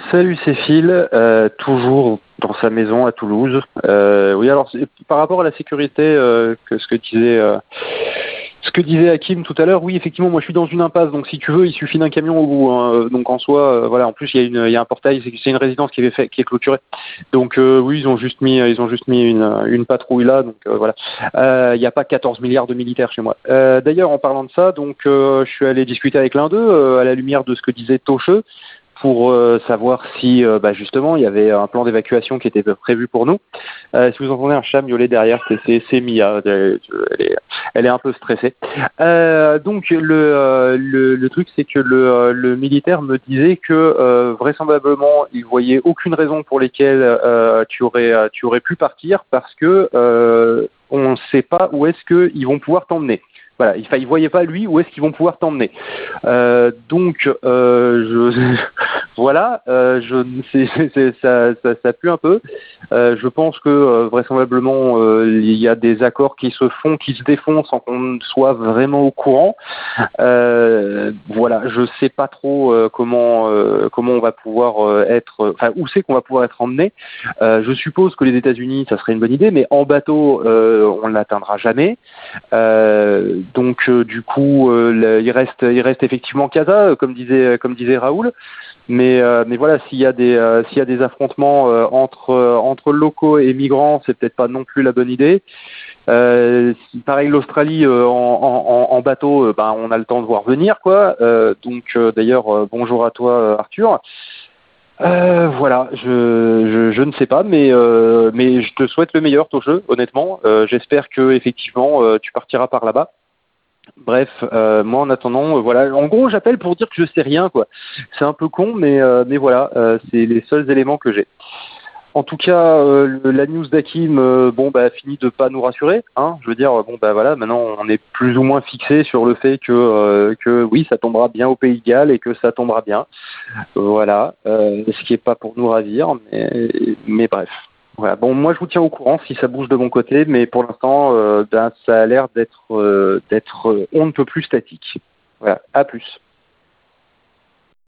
Salut, c'est Phil, toujours dans sa maison à Toulouse. Oui, alors par rapport à la sécurité, que ce que disait Hakim tout à l'heure, oui, effectivement, moi je suis dans une impasse, donc si tu veux, il suffit d'un camion au bout, hein. Donc en soi, voilà, en plus il y a un portail, c'est une résidence qui est clôturée. Donc oui, ils ont juste mis une patrouille là, donc voilà. Il n'y a pas 14 milliards de militaires chez moi. D'ailleurs, en parlant de ça, donc je suis allé discuter avec l'un d'eux à la lumière de ce que disait Tocheux, pour savoir si justement il y avait un plan d'évacuation qui était prévu pour nous. Si vous entendez un chat miauler derrière, c'est Mia. Elle est un peu stressée. Donc le truc, c'est que le militaire me disait que vraisemblablement il voyait aucune raison pour lesquelles tu aurais pu partir, parce que on ne sait pas où est-ce qu'ils vont pouvoir t'emmener. Voilà, il voyait pas lui où est-ce qu'ils vont pouvoir t'emmener. Donc voilà, ça pue un peu. Je pense que vraisemblablement il y a des accords qui se défont sans qu'on soit vraiment au courant. Voilà, je sais pas trop comment on va pouvoir enfin où c'est qu'on va pouvoir être emmené. Je suppose que les États-Unis, ça serait une bonne idée, mais en bateau, on ne l'atteindra jamais. Donc du coup, il reste effectivement Casa, comme disait Raoul. Mais voilà, s'il y a des affrontements entre locaux et migrants, c'est peut-être pas non plus la bonne idée. Pareil, l'Australie en bateau, on a le temps de voir venir, quoi. Donc d'ailleurs, bonjour à toi, Arthur. Voilà, je ne sais pas, mais je te souhaite le meilleur, Tocheux, honnêtement. J'espère que effectivement tu partiras par là-bas. Bref, moi en attendant, voilà. En gros, j'appelle pour dire que je sais rien, quoi. C'est un peu con, mais voilà, c'est les seuls éléments que j'ai. En tout cas, la news d'Hakim, finit de pas nous rassurer, hein. Je veux dire, voilà, maintenant on est plus ou moins fixé sur le fait que oui, ça tombera bien au Pays de Galles et que ça tombera bien. Voilà, ce qui est pas pour nous ravir, mais bref. Voilà. Bon, moi je vous tiens au courant si ça bouge de mon côté, mais pour l'instant, ça a l'air d'être on ne peut plus statique. Voilà, à plus.